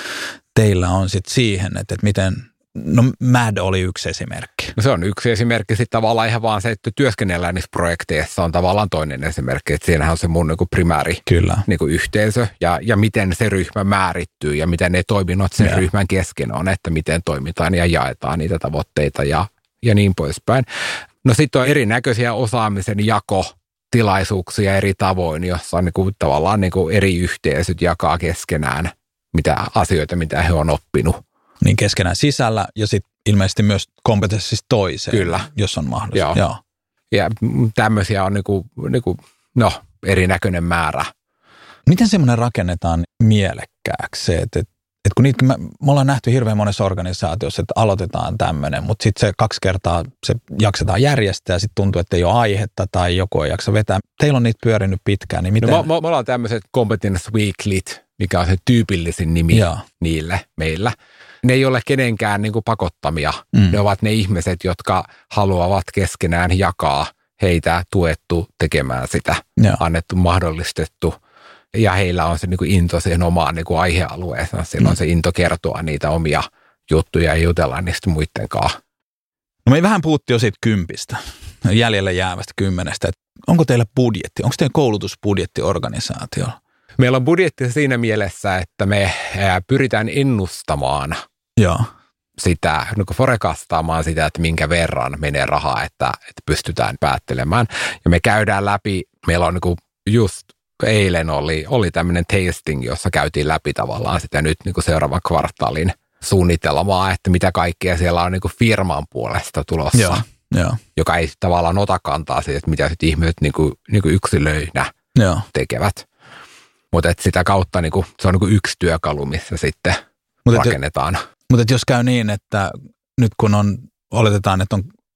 teillä on sitten siihen, että, että miten, no M A D oli yksi esimerkki. No se on yksi esimerkki, sitten tavallaan ihan vaan se, että työskennellään niissä projekteissa on tavallaan toinen esimerkki, että siinähän on se mun niin kuin primääri Kyllä. Niin kuin yhteisö ja, ja miten se ryhmä määrittyy ja miten ne toiminnot sen ja. ryhmän kesken on, että miten toimitaan ja jaetaan niitä tavoitteita ja, ja niin poispäin. No sitten on erinäköisiä osaamisen jakotilaisuuksia eri tavoin, jossa niin kuin, tavallaan niin kuin eri yhteisöt jakaa keskenään mitä asioita, mitä he on oppinut. Niin keskenään sisällä ja sitten ilmeisesti myös kompetenssista toiseen, Kyllä. jos on mahdollista. Joo. Joo. Ja tämmöisiä on niinku, niinku, no, erinäköinen määrä. Miten semmoinen rakennetaan mielekkääksi se, että, että, että kun niitä, me, me ollaan nähty hirveän monessa organisaatiossa, että aloitetaan tämmöinen, mutta sitten se kaksi kertaa se jaksetaan järjestää ja sitten tuntuu, että ei ole aihetta tai joku ei jaksa vetää. Teillä on niitä pyörinyt pitkään, niin miten? No, me, me ollaan tämmöiset Competence Weeklyt, mikä on se tyypillisin nimi Joo. niille meillä. Ne ei ole kenenkään niin kuin pakottamia. Mm. Ne ovat ne ihmiset, jotka haluavat keskenään jakaa, heitä tuettu tekemään sitä, Joo. annettu, mahdollistettu. Ja heillä on se niin kuin into siihen omaan niin kuin aihealueeseen. Silloin mm. se into kertoa niitä omia juttuja ja jutella niistä muiden kanssa. No me vähän puhuttiin jo siitä kympistä, jäljelle jäävästä kymmenestä. Onko teillä budjetti? Onko teillä koulutusbudjetti organisaatiolla? Meillä on budjetti siinä mielessä, että me pyritään ennustamaan Joo. sitä, niin kuin forecastaamaan sitä, että minkä verran menee rahaa, että, että pystytään päättelemään. Ja me käydään läpi, meillä on niin kuin just eilen oli, oli tämmöinen tasting, jossa käytiin läpi tavallaan sitä nyt niin kuin seuraavan kvartaalin suunnitelmaa, että mitä kaikkea siellä on niin kuin firman puolesta tulossa, Joo. Joo. joka ei tavallaan ota kantaa siitä, että mitä sitten ihmiset niin kuin, niin kuin yksilöinä Joo. tekevät. Mutta sitä kautta niinku, se on niinku yksi työkalu, missä sitten mut rakennetaan. Mutta jos käy niin, että nyt kun on, oletetaan, että on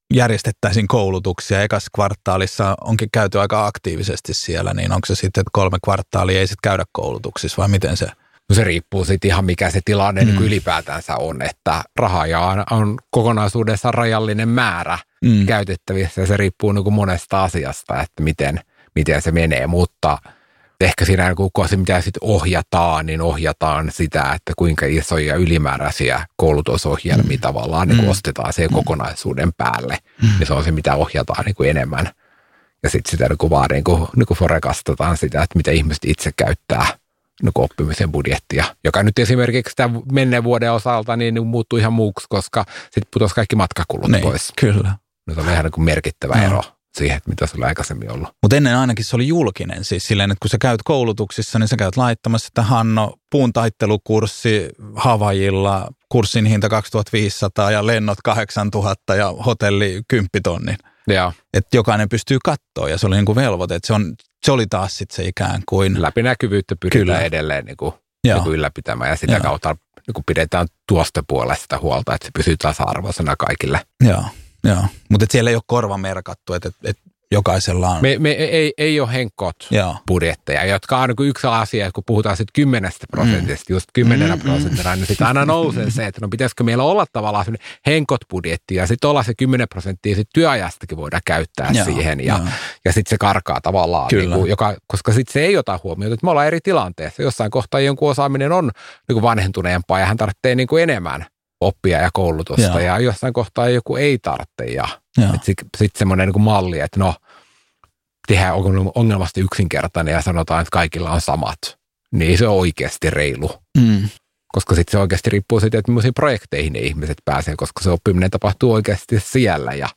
järjestettäisiin koulutuksia. Ekas kvartaalissa onkin käyty aika aktiivisesti siellä, niin onko se sitten, että kolme kvartaalia ei sitten käydä koulutuksissa vai miten se? No se riippuu sitten ihan mikä se tilanne mm. niin ylipäätänsä on, että rahaa on, on kokonaisuudessaan rajallinen määrä mm. käytettävissä ja se riippuu niin kuin monesta asiasta, että miten, miten se menee, mutta ehkä siinä kun se mitä sitten ohjataan, niin ohjataan sitä, että kuinka isoja ylimääräisiä koulutusohjelmia mm. tavallaan niin mm. ostetaan sen kokonaisuuden päälle. Mm. Ja se on se, mitä ohjataan niin kuin enemmän. Ja sitten sitä niin kuin vaan niin kuin, niin kuin forekastetaan sitä, että mitä ihmiset itse käyttää niin kuin oppimisen budjettia. Joka nyt esimerkiksi tämän menneen vuoden osalta niin muuttuu ihan muuksi, koska sitten putosi kaikki matkakulut niin, pois. Kyllä. Nyt on ihan niin kuin merkittävä no. ero siihen, että mitä sulla aikaisemmin ollut. Mutta ennen ainakin se oli julkinen siis silleen, että kun sä käyt koulutuksissa, niin sä käyt laittamassa sitä Hanno puun taittelukurssi Havajilla, kurssin hinta kaksituhattaviisisataa ja lennot kahdeksantuhatta ja hotelli kymppitonnin. Että jokainen pystyy katsoa ja se oli niin kuin velvoite, että se, on, se oli taas sitten se ikään kuin läpinäkyvyyttä pyritään Kyllä. edelleen niin kuin, niin kuin ylläpitämään ja sitä Joo. kautta niin kuin pidetään tuosta puolesta sitä huolta, että se pysyy tasa-arvoisena kaikille. Joo. Joo, mutta siellä ei ole korvamerkattu, että et, et jokaisella on. Me, me ei, ei ole henkot Joo. budjetteja, jotka on niin yksi asia, kun puhutaan sitten kymmenestä prosentista, mm. just kymmenenä mm, prosenttina, niin sitten aina nousee se, että no pitäisikö meillä olla tavallaan henkot budjetti ja sitten olla se kymmenen prosenttia sitten työajastakin voidaan käyttää Joo, siihen ja, ja sitten se karkaa tavallaan, niin kuin, joka, koska sitten se ei ota huomioon, että me ollaan eri tilanteessa. Jossain kohtaa jonkun osaaminen on niin kuin vanhentuneempaa ja hän tarvitsee niin kuin enemmän oppia ja koulutusta Joo. ja jossain kohtaa joku ei tarvitse. Ja sitten sit semmoinen niin kuin malli, että no tehdään ongelmasti yksinkertainen ja sanotaan, että kaikilla on samat. Niin se on oikeasti reilu. Mm. Koska sitten se oikeasti riippuu siitä, että millaisiin projekteihin ne ihmiset pääsee, koska se oppiminen tapahtuu oikeasti siellä. Ja,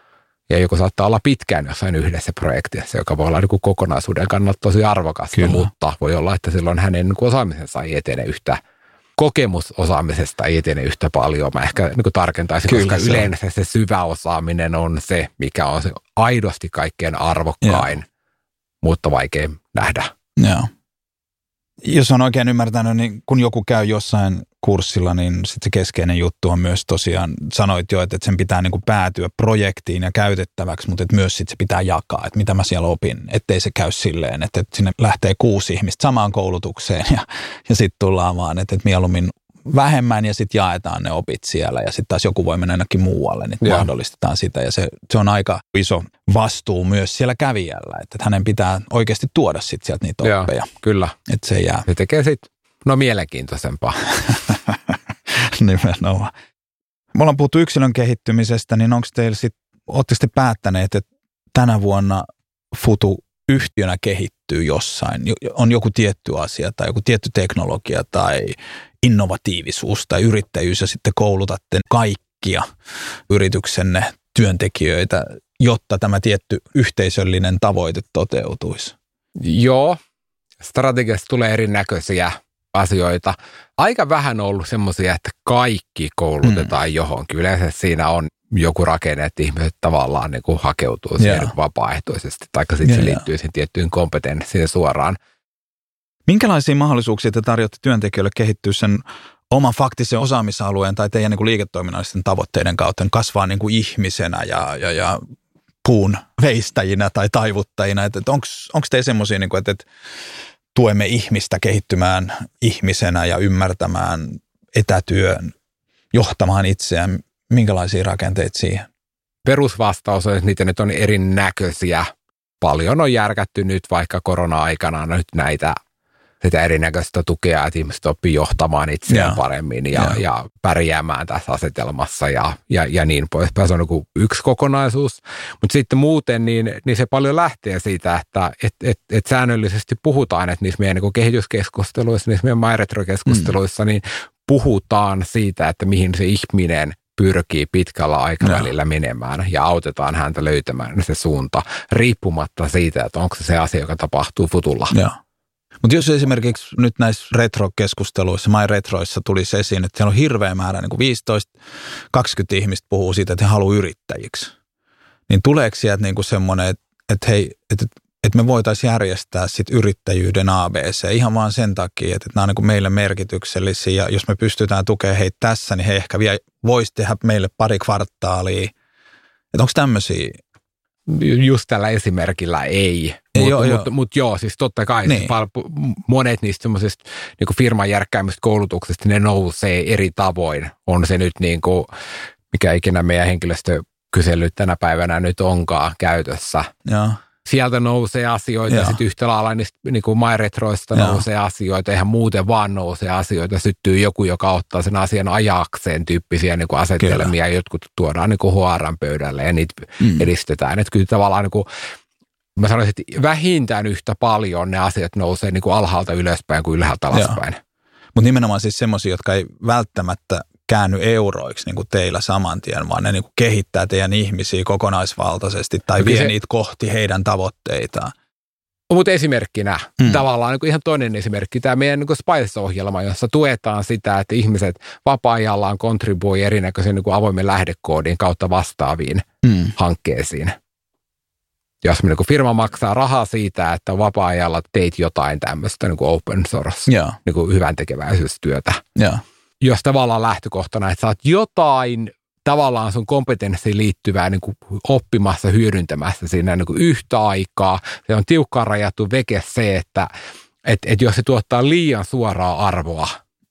ja joku saattaa olla pitkään jossain yhdessä projektissa, joka voi olla niin kuin kokonaisuuden kannalta tosi arvokasta, Kyllä. mutta voi olla, että silloin hänen niin kuin osaamisensa ei etene yhtä kokemusosaamisesta ei etene yhtä paljon. Mä ehkä niin kuin tarkentaisin, Kyllä, koska se yleensä on. Se syvä osaaminen on se, mikä on se aidosti kaikkein arvokkain, Joo. mutta vaikein nähdä. Joo. Jos on oikein ymmärtänyt, niin kun joku käy jossain kurssilla, niin sitten se keskeinen juttu on myös tosiaan, sanoit jo, että sen pitää niin kuin päätyä projektiin ja käytettäväksi, mutta että myös sitten se pitää jakaa, että mitä mä siellä opin, ettei se käy silleen, että sinne lähtee kuusi ihmistä samaan koulutukseen ja, ja sitten tullaan vaan, että, että mieluummin vähemmän ja sitten jaetaan ne opit siellä ja sitten taas joku voi mennä ainakin muualle, niin ja. mahdollistetaan sitä ja se, se on aika iso vastuu myös siellä kävijällä, että, että hänen pitää oikeasti tuoda sitten sieltä niitä oppeja. Ja, kyllä. Että se jää. Se tekee sitten, no mielenkiintoisempaa. Nimenomaan. Me ollaan puhuttu yksilön kehittymisestä, niin onko teillä sitten, ootte sitten päättäneet, että tänä vuonna Futu yhtiönä kehittyy jossain? On joku tietty asia tai joku tietty teknologia tai innovatiivisuus tai yrittäjyys ja sitten koulutatte kaikkia yrityksenne työntekijöitä, jotta tämä tietty yhteisöllinen tavoite toteutuisi? Joo, strategiasta tulee erinäköisiä asioita. Aika vähän on ollut semmoisia, että kaikki koulutetaan mm. johonkin. Yleensä siinä on joku rakenne, että ihmiset tavallaan niin kuin hakeutuu siihen yeah. vapaaehtoisesti, tai sitten yeah. se liittyy siihen tiettyyn kompetenssiin suoraan. Minkälaisia mahdollisuuksia te tarjotte työntekijöille kehittyä sen oman faktisen osaamisalueen tai teidän niin kuin liiketoiminnallisten tavoitteiden kautta, kasvaa niin kuin ihmisenä ja, ja, ja puun veistäjinä tai taivuttajina? Onko teillä semmoisia, niin että et, tuemme ihmistä kehittymään ihmisenä ja ymmärtämään etätyön, johtamaan itseään? Minkälaisia rakenteita siihen? Perusvastaus on, että niitä nyt on erinäköisiä. Paljon on järkätty nyt vaikka korona-aikana nyt näitä sitä erinäköistä tukea, että ihmiset oppii johtamaan itseään yeah. paremmin ja, yeah. ja pärjäämään tässä asetelmassa ja, ja, ja niin poispäin. Se on niin yksi kokonaisuus. Mutta sitten muuten niin, niin se paljon lähtee siitä, että et, et, et säännöllisesti puhutaan, että niissä meidän niin kehityskeskusteluissa, niissä meidän MyRetro-keskusteluissa, mm. niin puhutaan siitä, että mihin se ihminen pyrkii pitkällä aikavälillä no. menemään ja autetaan häntä löytämään se suunta riippumatta siitä, että onko se se asia, joka tapahtuu Futulla. Joo. Mutta jos esimerkiksi nyt näissä retro-keskusteluissa, MyRetroissa tulisi esiin, että siellä on hirveä määrä, niin kuin viisitoista kaksikymmentä ihmistä puhuu siitä, että he haluaa yrittäjiksi, niin tuleeko sieltä niin kuin semmoinen, että, että hei, että, että me voitaisiin järjestää sit yrittäjyyden A B C ihan vaan sen takia, että nämä on niin kuin meille merkityksellisiä ja jos me pystytään tukemaan heitä tässä, niin he ehkä vielä voisi tehdä meille pari kvartaalia Että onko tämmöisiä? Just tällä esimerkillä ei, ei mutta joo, mut, joo. mut, mut joo, siis totta kai niin. siis monet niistä semmoisista niin firman järkkäämistä koulutuksista, ne nousee eri tavoin. On se nyt niin kuin, mikä ikinä meidän henkilöstökysely tänä päivänä nyt onkaan käytössä. Joo. Sieltä nousee asioita, ja sitten yhtä lailla niistä niin kuin MyRetroista nousee asioita, eihän muuten vaan nousee asioita. Syttyy joku, joka ottaa sen asian ajakseen tyyppisiä niin kuin asetelmia, ja jotkut tuodaan niin kuin H R:n pöydälle, ja niitä mm. edistetään. Että kyllä tavallaan, niin kuin, mä sanoisin, että vähintään yhtä paljon ne asiat nousee niin kuin alhaalta ylöspäin kuin ylhäältä alaspäin. Mutta nimenomaan siis semmoisia, jotka ei välttämättä käänny euroiksi niin kuin teillä saman tien, vaan ne niin kuin kehittää teidän ihmisiä kokonaisvaltaisesti tai vie se, niitä kohti heidän tavoitteitaan. Mutta esimerkkinä, hmm. tavallaan niin kuin ihan toinen esimerkki, tämä meidän niin kuin Spice-ohjelma, jossa tuetaan sitä, että ihmiset vapaa-ajallaan kontribuoi erinäköisen niin kuin avoimen lähdekoodin kautta vastaaviin hmm. hankkeisiin. Jos me niin kuin firma maksaa rahaa siitä, että vapaa-ajalla teit jotain tämmöistä niin kuin open source, yeah. niin kuin hyvän tekeväisyystyötä. Yeah. Jos tavallaan lähtökohtana, että sä oot jotain tavallaan sun kompetenssiin liittyvää niin kuin oppimassa, hyödyntämässä siinä niin kuin yhtä aikaa. Se on tiukkaan rajattu veke se, että et, et jos se tuottaa liian suoraa arvoa,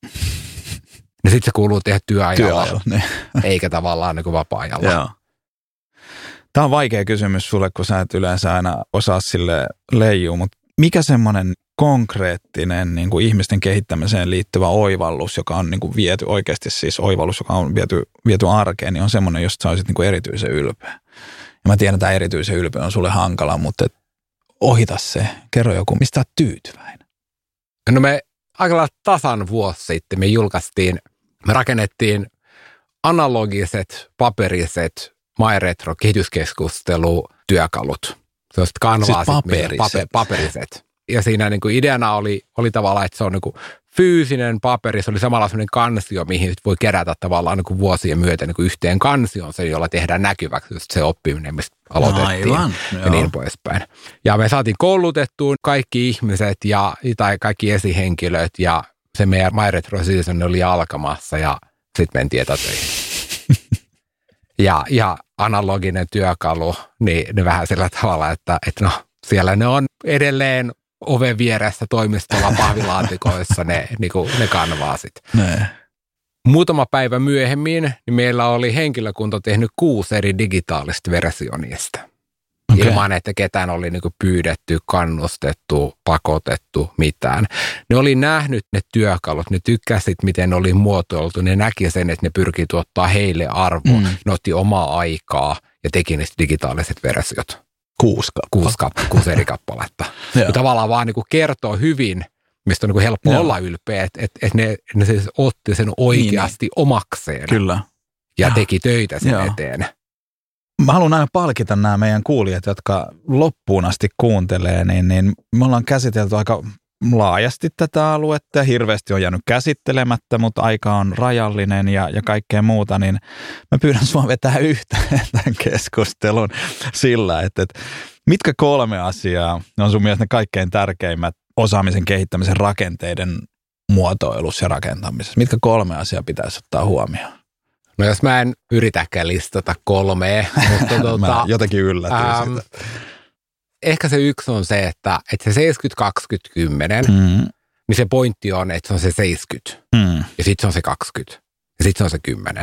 niin sitten se kuuluu tehdä työajalla, työajalla niin. eikä tavallaan niin kuin vapaa-ajalla. Joo. Tämä on vaikea kysymys sulle, kun sä et yleensä aina osaa sille leijua, mutta mikä semmoinen konkreettinen niin kuin ihmisten kehittämiseen liittyvä oivallus, joka on niin kuin viety oikeasti siis oivallus, joka on viety, viety arkeen, niin on semmoinen, josta sä olisit niin kuin erityisen ylpeä. Ja mä tiedän, että tämä erityisen ylpeä on sulle hankala, mutta et ohita se. Kerro joku, mistä oot tyytyväinen? No me aika lailla tasan vuosi sitten me julkaistiin, me rakennettiin analogiset, paperiset MyRetro kehityskeskustelu-työkalut. Sellaiset kanvaasit, siis paperiset. Paper, paperiset. Ja siinä niin kuin ideana oli, oli tavallaan, että se on niin kuin fyysinen paperi, se oli samalla sellainen kansio, mihin voi kerätä tavallaan niin kuin vuosien myötä niin kuin yhteen kansioon, se, jolla tehdään näkyväksi just se oppiminen, mistä aloitettiin. Aivan, ja joo. niin poispäin. Ja me saatiin koulutettuun kaikki ihmiset ja, tai kaikki esihenkilöt, ja se meidän MyRetro season oli alkamassa, ja sitten mentiin etätöihin. ja, ja analoginen työkalu, niin ne vähän sillä tavalla, että, että no, siellä ne on edelleen oven vieressä toimistolla pahvilaatikoissa ne, niin kuin, ne kanvaasit. Ne. Muutama päivä myöhemmin niin meillä oli henkilökunta tehnyt kuusi eri digitaalista versiota niistä. Okay. Ilman, että ketään oli niin kuin pyydetty, kannustettu, pakotettu, mitään. Ne oli nähnyt ne työkalut, ne tykkäsit, miten ne oli muotoiltu. Ne näki sen, että ne pyrkii tuottaa heille arvoa. Mm. Ne otti omaa aikaa ja teki niistä digitaaliset versiot. Kuusi kappaletta. Kuusi, kapp- kuusi eri kappaletta. Ja tavallaan vaan niin kuin kertoo hyvin, mistä on niin kuin helppo Joo. olla ylpeä, että et, et ne, ne siis otti sen oikeasti niin, omakseen. Kyllä. Ja ja teki töitä sen Joo. eteen. Mä haluan aina palkita nämä meidän kuulijat, jotka loppuun asti kuuntelee, niin, niin me ollaan käsitelty aika laajasti tätä aluetta ja hirveästi on jäänyt käsittelemättä, mutta aika on rajallinen ja, ja kaikkea muuta, niin mä pyydän sua vetää yhteen tämän keskustelun sillä, että, että mitkä kolme asiaa on sun mielestä ne kaikkein tärkeimmät osaamisen kehittämisen rakenteiden muotoilussa ja rakentamisessa? Mitkä kolme asiaa pitäisi ottaa huomioon? No jos mä en yritäkään listata kolmea, mutta tuota, mä jotenkin yllätyin ähm, sitä. Ehkä se yksi on se, että, että se seitsemänkymmentä kaksikymmentä kymmenen, mm. niin se pointti on, että se on se seitsemänkymmentä mm. ja sitten se on se kaksikymmentä ja sitten se on se kymmenen.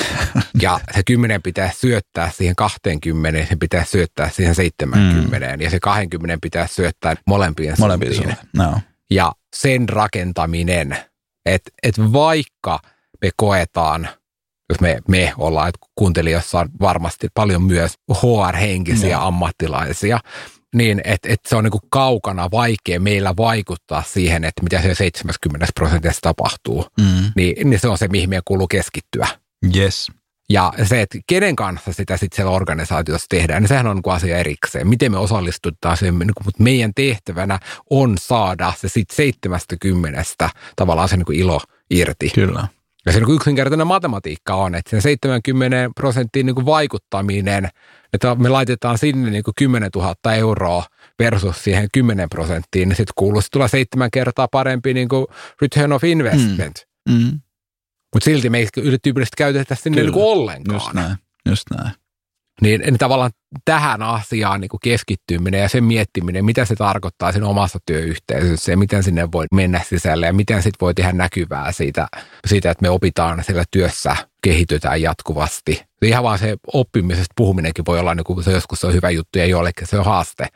Ja se kymmenen pitää syöttää siihen kaksikymmentä, se pitää syöttää siihen seitsemäänkymmeneen mm. ja se kaksikymmentä pitää syöttää molempien Molempien suuntiin. No. Ja sen rakentaminen, että, että vaikka me koetaan, jos me, me ollaan, että kuuntelijoissa on varmasti paljon myös H R-henkisiä no. ammattilaisia, niin että et se on niinku kaukana vaikea meillä vaikuttaa siihen, että mitä se seitsemänkymmentä prosentissa tapahtuu. Mm. Niin, niin se on se, mihin meidän kuuluu keskittyä. Yes. Ja se, että kenen kanssa sitä sitten siellä organisaatiossa tehdään, niin sehän on niinku asia erikseen. Miten me osallistutaan siihen, niinku, mutta meidän tehtävänä on saada se sitten seitsemänkymmentä tavallaan se niinku ilo irti. Kyllä. Ja se niin yksinkertainen matematiikka on, että sen seitsemänkymmentä prosenttiin niin kuin vaikuttaminen, että me laitetaan sinne niin kuin kymmenen tuhatta euroa versus siihen kymmenen prosenttiin, niin sitten kuuluisi tulla seitsemän kertaa parempi niin kuin return of investment. Mm. Mm. Mutta silti me ei tyypillisesti käytetä sinne niin kuin ollenkaan. Just näin, just näin. Niin, niin tavallaan tähän asiaan niin kuin keskittyminen ja sen miettiminen, mitä se tarkoittaa siinä omassa työyhteisössä ja miten sinne voi mennä sisälle ja miten sitten voi tehdä näkyvää siitä, siitä, että me opitaan siellä työssä, kehitytään jatkuvasti. Ihan vaan se oppimisesta puhuminenkin voi olla, niin kuin se joskus on hyvä juttu ja jollekin se on haaste.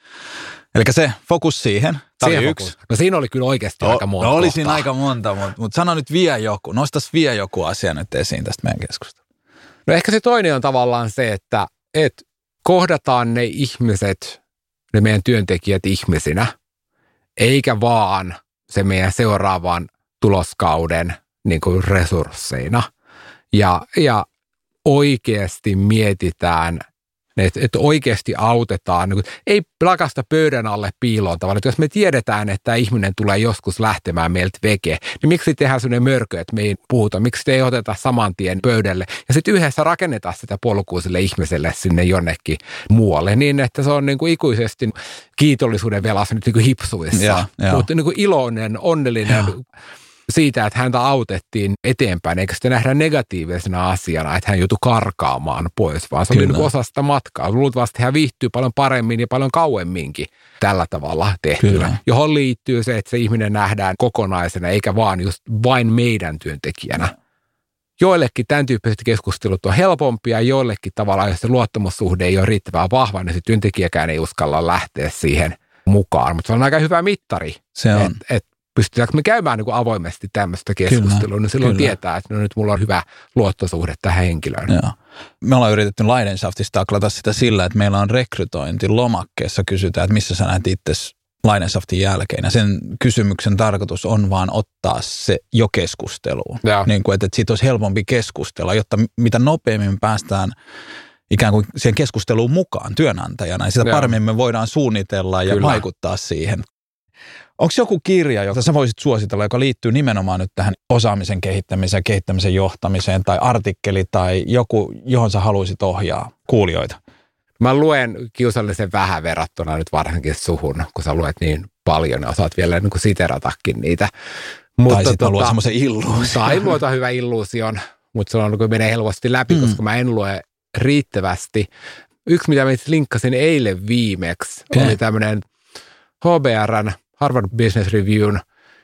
Eli se fokus siihen, tämä oli yksi. No siinä oli kyllä oikeasti no, aika monta No oli kohtaa. siinä aika monta, mutta, mutta sano nyt vielä joku, nostas vielä joku asia nyt esiin tästä meidän keskustelusta. No ehkä se toinen on tavallaan se, että, että kohdataan ne ihmiset, ne meidän työntekijät ihmisinä, eikä vaan se meidän seuraavan tuloskauden niin kuin resursseina. Ja, ja oikeasti mietitään, että, että oikeasti autetaan, niin kuin, ei plakasta pöydän alle piiloon tavallaan. Että jos me tiedetään, että ihminen tulee joskus lähtemään meiltä veke, niin miksi tehdään sellainen mörkö, että me ei puhuta, miksi te ei oteta saman tien pöydälle ja sitten yhdessä rakennetaan sitä polkua sille ihmiselle sinne jonnekin muualle, niin että se on niin kuin ikuisesti kiitollisuuden velassa nyt niin kuin hipsuissa, ja, ja. mutta niin kuin iloinen, onnellinen ja. Siitä, että häntä autettiin eteenpäin, eikä sitä nähdä negatiivisena asiana, että hän joutui karkaamaan pois, vaan se oli niin osa sitä matkaa. Luultavasti hän viihtyy paljon paremmin ja paljon kauemminkin tällä tavalla tehtyä, Kyllä. johon liittyy se, että se ihminen nähdään kokonaisena, eikä vaan just vain meidän työntekijänä. Joillekin tämän tyyppiset keskustelut on helpompia, joillekin tavallaan, jos se luottamussuhde ei ole riittävän vahva, niin se työntekijäkään ei uskalla lähteä siihen mukaan. Mutta se on aika hyvä mittari. Se on. Et, et pystytäänkö me käymään niin kuin avoimesti tämmöistä keskustelua, kyllä, niin silloin kyllä. tietää, että no nyt mulla on hyvä luottosuhde tähän henkilöön. Joo. Me ollaan yritetty Leidenschaftissa taklata sitä sillä, että meillä on rekrytointi lomakkeessa kysytään, että missä sä näet itsesi Leidenschaftin jälkeen. Ja sen kysymyksen tarkoitus on vaan ottaa se jo keskusteluun. Niin kuin, että, että siitä olisi helpompi keskustella, jotta mitä nopeammin päästään ikään kuin siihen keskusteluun mukaan työnantajana. Ja sitä Joo. paremmin me voidaan suunnitella ja kyllä. vaikuttaa siihen. Onko joku kirja, jota sä voisit suositella, joka liittyy nimenomaan nyt tähän osaamisen kehittämiseen, kehittämisen johtamiseen, tai artikkeli tai joku, johon sä haluaisit ohjaa kuulijoita? Mä luen kiusallisen vähän verrattuna nyt varsinkin suhun, kun sä luet niin paljon ja osaat vielä niin kuin siteratakin niitä. Mutta tai sitten tota, luo semmoisen illuusion. Tai luota hyvä illuusion, mutta se on niin kuin menee helposti läpi, mm. koska mä en lue riittävästi. Yksi, mitä mä linkkasin eilen viimeksi, okay. oli tämmöinen H B R:n Harvard Business Reviewn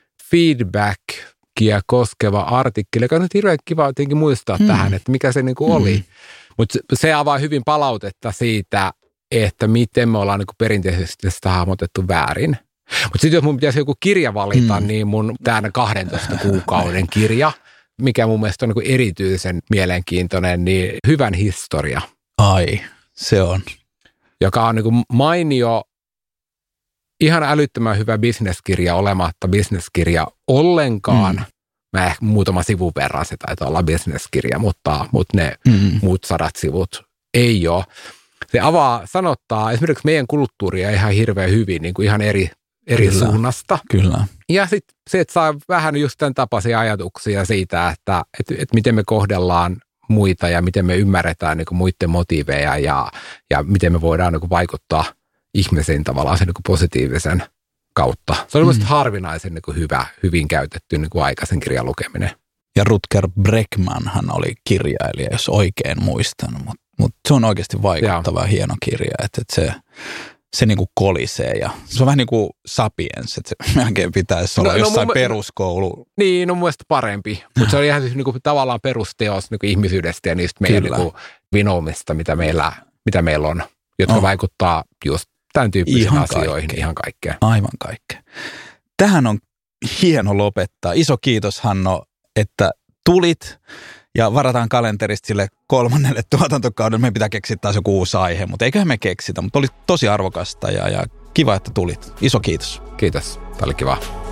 feedbackia koskeva artikkeli, joka on nyt hirveän kiva jotenkin muistaa mm. tähän, että mikä se niin kuin mm. oli. Mutta se avaa hyvin palautetta siitä, että miten me ollaan niin kuin perinteisesti sitä hahmotettu väärin. Mutta sitten jos mun pitäisi joku kirja valita, mm. niin mun tämän kahdentoista kuukauden kirja, mikä mun mielestä on niin kuin erityisen mielenkiintoinen, niin Hyvän historia. Ai, se on. Joka on niin kuin mainio, ihan älyttömän hyvä bisneskirja olematta bisneskirja ollenkaan. Mm. Mä ehkä muutama sivu verran se taitaa olla bisneskirja, mutta, mutta ne mm. muut sadat sivut ei ole. Se avaa, sanottaa esimerkiksi meidän kulttuuria ihan hirveän hyvin, niin kuin ihan eri, eri kyllä, suunnasta. Kyllä. Ja sitten se, että saa vähän just tämän tapaisia ajatuksia siitä, että, että, että miten me kohdellaan muita ja miten me ymmärretään niin kuin muiden motiiveja ja, ja miten me voidaan niin kuin vaikuttaa ihmisiin tavallaan sen niin kuin positiivisen kautta. Se oli mm. mielestäni harvinaisen niin kuin hyvä, hyvin käytetty niin kuin aikaisen kirjan lukeminen. Ja Rutger Bregmanhan oli kirjailija, jos oikein muistan, mutta mut se on oikeasti vaikuttava ja hieno kirja, että, että se, se niin kuin kolisee ja se on vähän niin kuin Sapiens, että se melkein pitäisi olla no, jossain no, peruskoulu. Niin, no mun mielestä parempi, mutta se oli ihan siis niin kuin tavallaan perusteos niin kuin ihmisyydestä ja niistä meidän niin kuin vinoumista, mitä meillä, mitä meillä on, jotka oh. vaikuttaa just tämän tyyppisiin ihan asioihin, kaikkea. Ihan kaikkea. Aivan kaikkea. Tähän on hieno lopettaa. Iso kiitos, Hanno, että tulit ja varataan kalenterista sille kolmannelle tuotantokaudelle. Meidän pitää keksiä taas joku uusi aihe, mutta eiköhän me keksitä. Mutta oli tosi arvokasta ja, ja kiva, että tulit. Iso kiitos. Kiitos. Tämä oli kiva.